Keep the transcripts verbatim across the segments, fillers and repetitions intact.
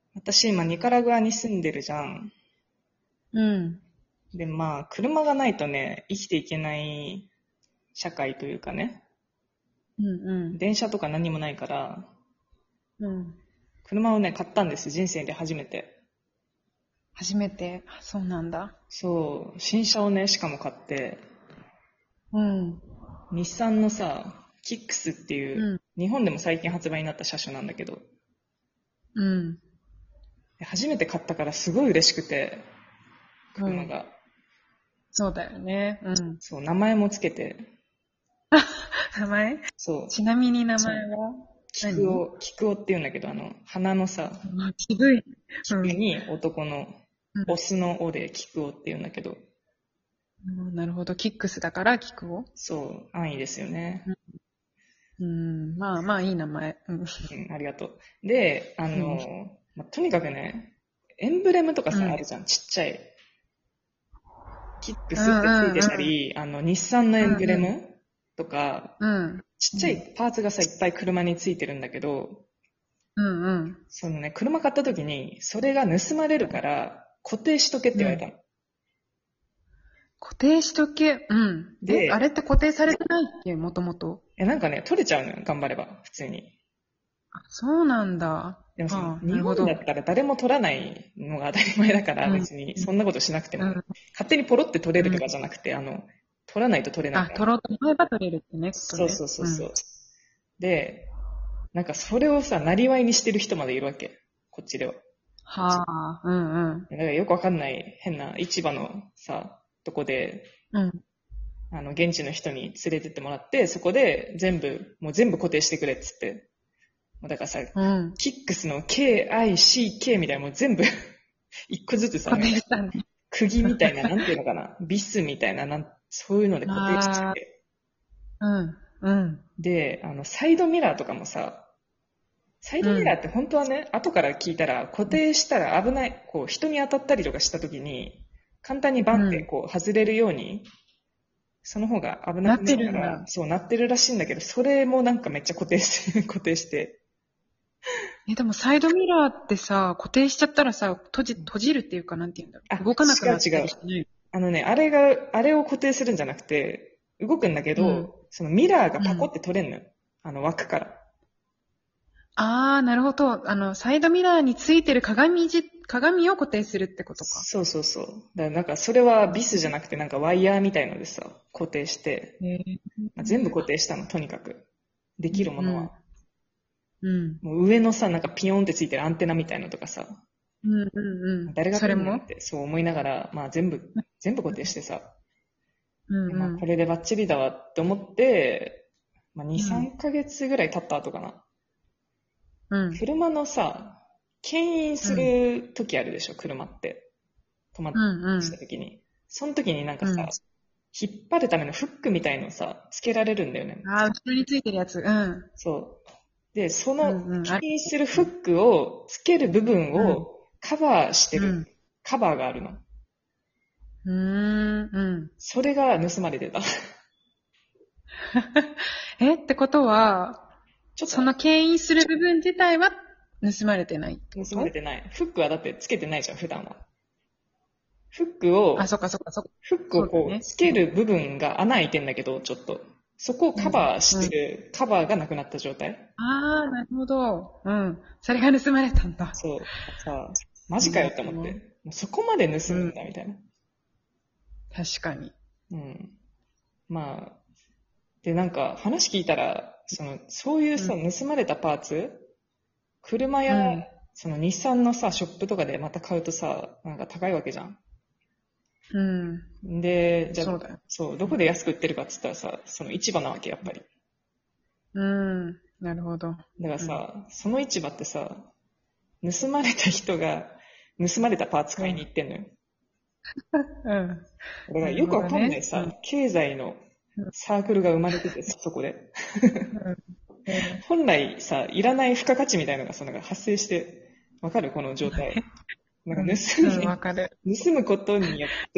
私今ニカラグアに住んでるじゃん。 うん。 で、まあ、車がないとね、生きていけない社会というかね、 うんう電車とか何もないから、 ん。うん。 車をね、買ったんです、人生で初めて。 初めて、あ、そうなんだ。 そう、新車をね、しかも買って、 うん。 日産のさ、キックスっていう、 うん。 日本でも最近発売になった車種なんだけど、 うん。 初めて買ったからすごい嬉しくて、 うん。 車が。 そうだよね。うん。 そう、名前もつけて、 名前そう、 ちなみに名前は何？ 菊男、菊男って言うんだけど、あの、花のさ、 あ、渋い。うん。 菊に男の、 うん。 オスのオで菊男って言うんだけど、 うん、なるほど。キックスだからキクを。 そう、安易ですよね。 うん。まあまあいい名前。うん。 うん、ありがとう。で、あうん。 の、まとにかくね、エンブレムとかさ、あうん。 るじゃん、ちっちゃい。キックうスってついてんうんたり、あの、日産のエンブレうんムとか、 うん。 ちっちゃうん。 いパーツがさ、いっぱい車についてるんだけど、 うんうん。 そのね、車買った時に、それが盗まれるから、固定しとけってうん。 言われたの。 固定しとけ。うん。え、あれで、 って固定されてないっけ、もともと。 え、なんかね、取れちゃうのよ、頑張れば、普通に。 あ、そうなんだ。 でもその、 ああ、な日るほど。 本だったら誰も取らないのが当たり前だから、 うん。 別にそんなことしなくても、 うん。 勝手にポロって取れるとうん。 かじゃなくて、あの、取らないと取れないあ、 から。 取ろうと思えば取れるってね、ことね。 そうそうそううん。 そう。で、なんかそれをさ、なりわいにしてる人までいるわけ。こっちでは。 はあ、うんうん。 だからよくわかんない変な市場のさ、とこで、 うん。 あの、現地の人に連れてってもらって、そこで全部、もう全部固定してくれっつって。もうだからさ、 うん。 キックスの ケーアイシーケー みたいなもう全部一個ずつさ、 固なんか、 定したんだ。 釘みたいな、なんていうのかな、ビスみたいな、なん、そういうので固定してあて。 あ、うん。うん。 で、あの、サイドミラーとかもさ、サイドミラーって本当はね、後から聞いたら固定したら危ない、こう人に当たったりとかした時に、簡単にバンってうん。 こう外れるように、その方が危なくなってないから、 るんだ。 そうなってるらしいんだけど、それもなんかめっちゃ固定して、固定して。 え、でもサイドミラーってさ、固定しちゃったらさ、閉じ、閉じるっていうか、なんて言うんだろあ、 う。動かなくなった違う違う。 りしない？ あのね、あれが、あれを固定するんじゃなくて、動くんだけうん。 ど、そのミラーがうん。 パコって取れんのよ。あの枠から。 ああ、なるほど。あの、サイドミラーについてる鏡じ、鏡を固定するってことか。 そうそうそう。だからなんかそれはビスじゃなくてなんかワイヤーみたいのでさ、固定して、 へえ。 まあ、全部固定したの、とにかく。できるものは。 うん。うん。 もう上のさ、なんかピヨンってついてるアンテナみたいのとかさ、 うんうんうん。 誰が取るんねんっそれも。 てそう思いながら、まあ全部、全部固定してさ、 うんうん。 でまあこれでバッチリだわって思って、まあに、 うん。 さんかげつぐらい経った後かな。 うん。 車のさ、牽引すうん。 る時あるでしょ、車って。止まっうんうん。 した時に。その時になんかさ、 うん。 引っ張るためのフックみたいのさ、つけられるんだよね。 ああ、後ろについてるやつ。うん。 そう。で、そのうんうん。あれ。 牽引するフックをつける部分うん。 をカバーしてるうん。 カバーがあるの。 うーん。うん。 それが盗まれてた。 え、ってことは、 ちょっとその牽引する部分自体は盗まれてないってこ盗まれと？ てない。フックはだってつけてないじゃん、普段は。フックあ、 を、 そっかそっかそっか。 フックをそうだね。 こう、つける部分が穴開いてんだけど、ちょっと。そこをうん。 カバーしうん。 てる、カバーがなくなった状態。 ああ、なるほど。うん。それが盗まれたんだ。 そう。さあ、マジかよって思っうん。 て。もうそこまで盗むんうん。 だ、みたいな。 確かに。 うん。まあ、で、なんか話聞いたら、その、そういうさ、 うん。 盗まれたパーツ、車や、 うん。 その日産のさ、ショップとかでまた買うとさ、なんか高いわけじゃん。 うん。 で、じゃあ、 そうだよ。 そう、どこで安く売ってるかっつったらさ、その市場なわけ、やっぱり。 うん。なるほど。 だからうん。 さ、その市場ってさ、盗まれた人が、盗まれたパーツ買いにうん。 行ってんのよ。 うん。 だからなるよくわかんなほどね。 いさ、 うん。 経済のサークルが生まれててさ、そこで。 うん。うん本来さ、いらない付加価値みたいなのがさ、なんか発生して、わかるこの状態。なんかうん。 盗うん。わかる。 む、盗むことによって、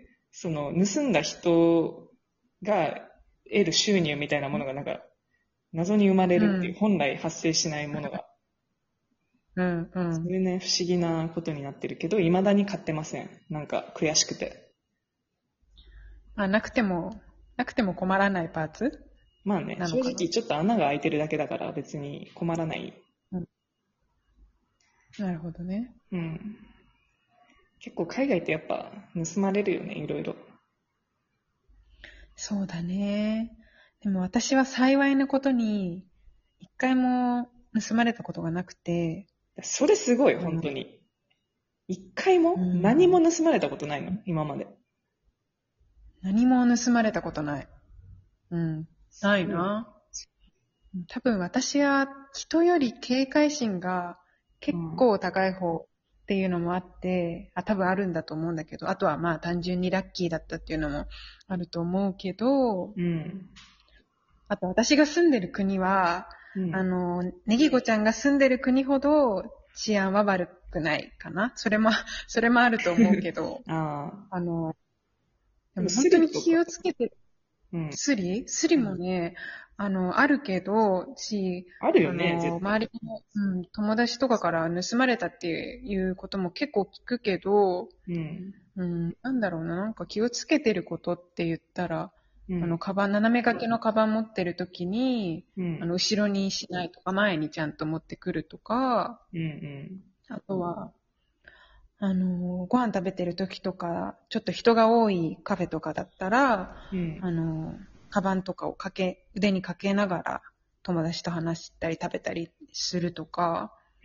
その盗んだ人が得る収入みたいなものがなんか謎に生まれるっていう、 うん。 本来発生しないものが。 うんうそれね、不思議なことになってるけど、未だに買ってません。なんか悔しくて。 あ、なくても、なくても困らないパーツまあね、 なのかな。 正直ちょっと穴が開いてるだけだから別に困らない。 うん。なるほどね。 うん。結構海外ってやっぱ盗まれるよね、いろいろ。 そうだね。でも私は幸いなことに、一回も盗まれたことがなくて、 それすごい、 あの、 本当に。一回うも何もん、 盗まれたことないの今まで。 何も盗まれたことない。うん。ないすごいね。 な。多分私は人より警戒心が結うん。 構高い方っていうのもあって、あ、多分あるんだと思うんだけど、あとはまあ単純にラッキーだったっていうのもあると思うけど、 うん。 あと私が住んでる国は、 うん。 あの、ネギゴちゃんが住んでる国ほど治安は悪くないかな。それも、それもあると思うけど、 ああ。 あの、ででもも本当にスリとか。 気をつけて、 うん。 スリスリもね、あの、あるけど、し、 あるよね、 あの、 絶対。 周りの、うん、友達とかから盗まれたっていうことも結構聞くけど、 うん。 うん、なんだろうな、なんか気をつけてることって言ったら、あの、 うん。 カバン、斜め掛けのカバン持ってる時に、あの、 うん。 後ろにしないとか、前にちゃんと持ってくるとか、 うん。うん。 あとは、あの、ご飯食べてる時とか、ちょっと人が多いカフェとかだったら、 うん。 あの、カバンとかをかけ、腕にかけながら友達と話したり食べたりするとか、 うん。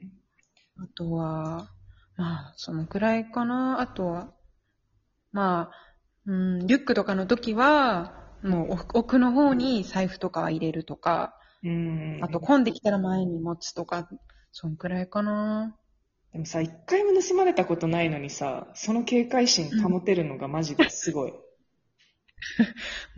あとは、まあ、そのくらいかな。あとは、まあ、うん、リュックとかの時は、もう奥奥の方に財布とか入れるとか、 うん。 あとうん。 混んできたら前に持つとか、そんくらいかな。 でもさ、一回も盗まれたことないのにさ、その警戒心うん。 保てるのがマジですごい。 うん。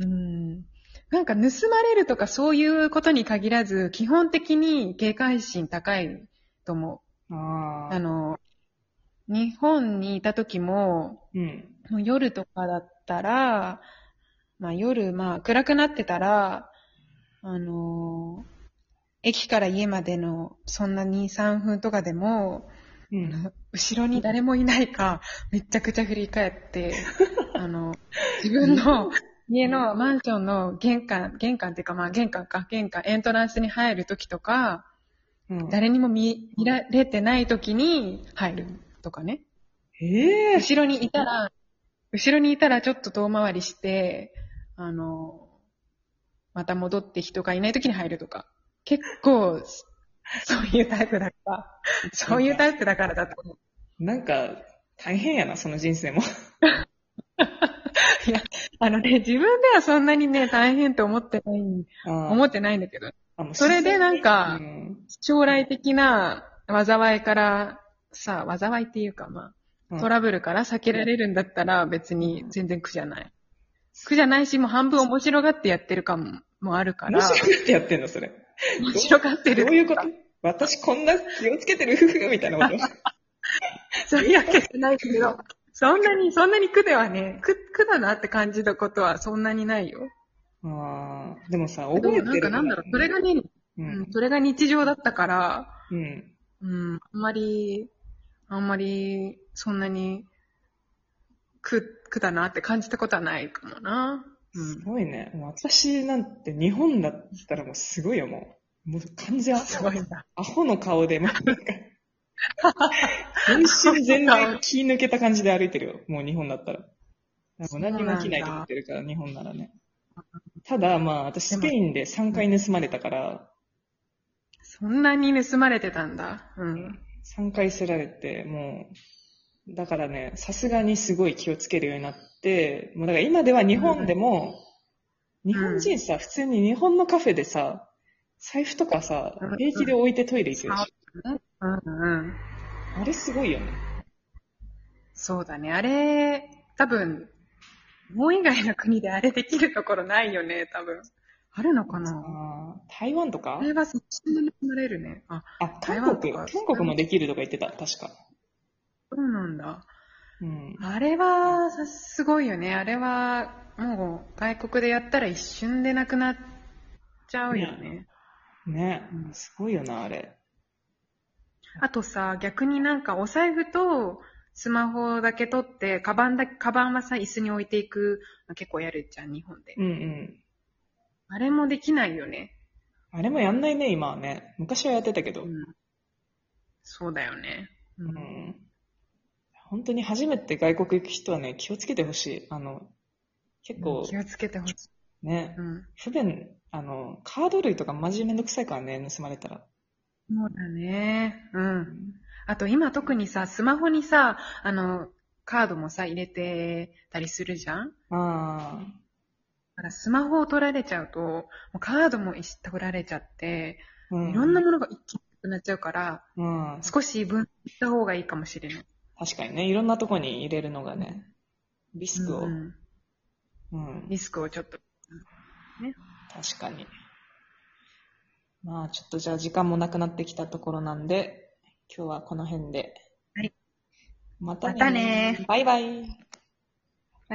なんか盗まれるとかそういうことに限らず、基本的に警戒心高いと思う。あああ。 の、日本にいた時も、 うん。 もう夜とかだったら、まあ夜、まあ暗くなってたら、あの、駅から家までのそんなに、さんぷんとかでも、 うん。 あの、後ろに誰もいないか、めちゃくちゃ振り返って、あの、自分日本、 の家のマンションの玄関、玄関っていうかまあ玄関か、玄関、エントランスに入るときとか、 うん。 誰にも見、見られてないときに入るとかね。 ええ後ろにいたら、後ろにいたらちょっと遠回りして、あの、また戻って人がいないときに入るとか。結構、そういうタイプだから、そういうなんか、 タイプだからだと思う。 なんか、大変やな、その人生も。 いや、あのね、自分ではそんなにね、大変と思ってない、 あ思ってないんだけど、 あ、もうそれでなん自然に。うか、 ん。 将来的な災いからさ、災いっていうかまあ、トうん。 ラブルから避けられるんだったら別に全然苦じゃない。苦じゃないし、もう半分面白がってやってるかも、もあるか面白ら、 がってやってんの、それ。 面どう、 白がってるどういうこと？ か。 私こんな気をつけてるふふみたいなこと。 そういうわけじゃないけど、そんなに、そんなに苦ではね、苦、苦だなって感じたことはそんなにないよ。 ああ、でもさ、 けど、 覚えなんてるのが、 かなんだろう、それがね、うん、 うん。 それが日常だったから、 うん。 うん、あんまり、あんまり、そんなに苦、苦だなって感じたことはないかもな。うすん。 ごいね。私なんて日本だったらもうすごいよ、もう。もう完全アホ、 すごいんだ。 アホの顔で、もうなんか、全身全霊気抜けた感じで歩いてるよ。もう日本だったら。もう何にもそうな起きないと思っんだ。 てるから、日本ならね。ただ、まあ、私でも、 スペインでさんかい盗まれたから、 そんなに盗まれてたんだ。ううん、 ん。 さんかいすられて、もう、だからね、さすがにすごい気をつけるようになって、もうだから今では日本でも、日うん。 本人さ、普通に日本のカフェでさ、財布とかさ、 うん。 平気で置いてトイレ行くで触っしてね。うんうん。 ょ。あれすごいよね。 そうだね。あれ、多分、日本以外の国であれできるところないよね、多分。あるのかな？ あー台湾とか。 あれはそっちで盗まれるね。あ、 あ、韓国、 台湾とか、 韓国もできるとか言ってた、確か。 そうなんだ。 うん。 あれは、さすごいよね。あれは、もう、外国でやったら一瞬でなくなっちゃうよね。 ね。 ね。 うん、 すごいよな、あれ。 あとさ、逆になんかお財布とスマホだけ取って、カバンだ、カバンはさ、椅子に置いていくの結構やるじゃん、日本で。 うんうん。 あれもできないよね。 あれもやんないね、今はね。昔はやってたけど。 うん。そうだよね。ううん。 ん。本当に初めて外国行く人はね、気をつけてほしい。あの、結構、 気をつけてほしい。 ね、 うん。 不便、あの、カード類とかマジめんどくさいからね、盗まれたら。 そうだね。ううん。あと今特にさ、スマホにさ、あの、カードもさ、入れてたりするじゃん。 ああ、 だからスマホを取られちゃうと、もうカードも取られちゃって、 うん、 いろんなものが一気になくなっちゃうから、 うん。 少し分析した方がいいかもしれない。 確かにね、いろんなとこに入れるのがね、リスうんクを。 うん。 うん、 リスクをちょっと。ね。 確かに。まあ、ちょっとじゃあ時間もなくなってきたところなんで、今日はこの辺で。 はい。 またねまたねー。バイバイ。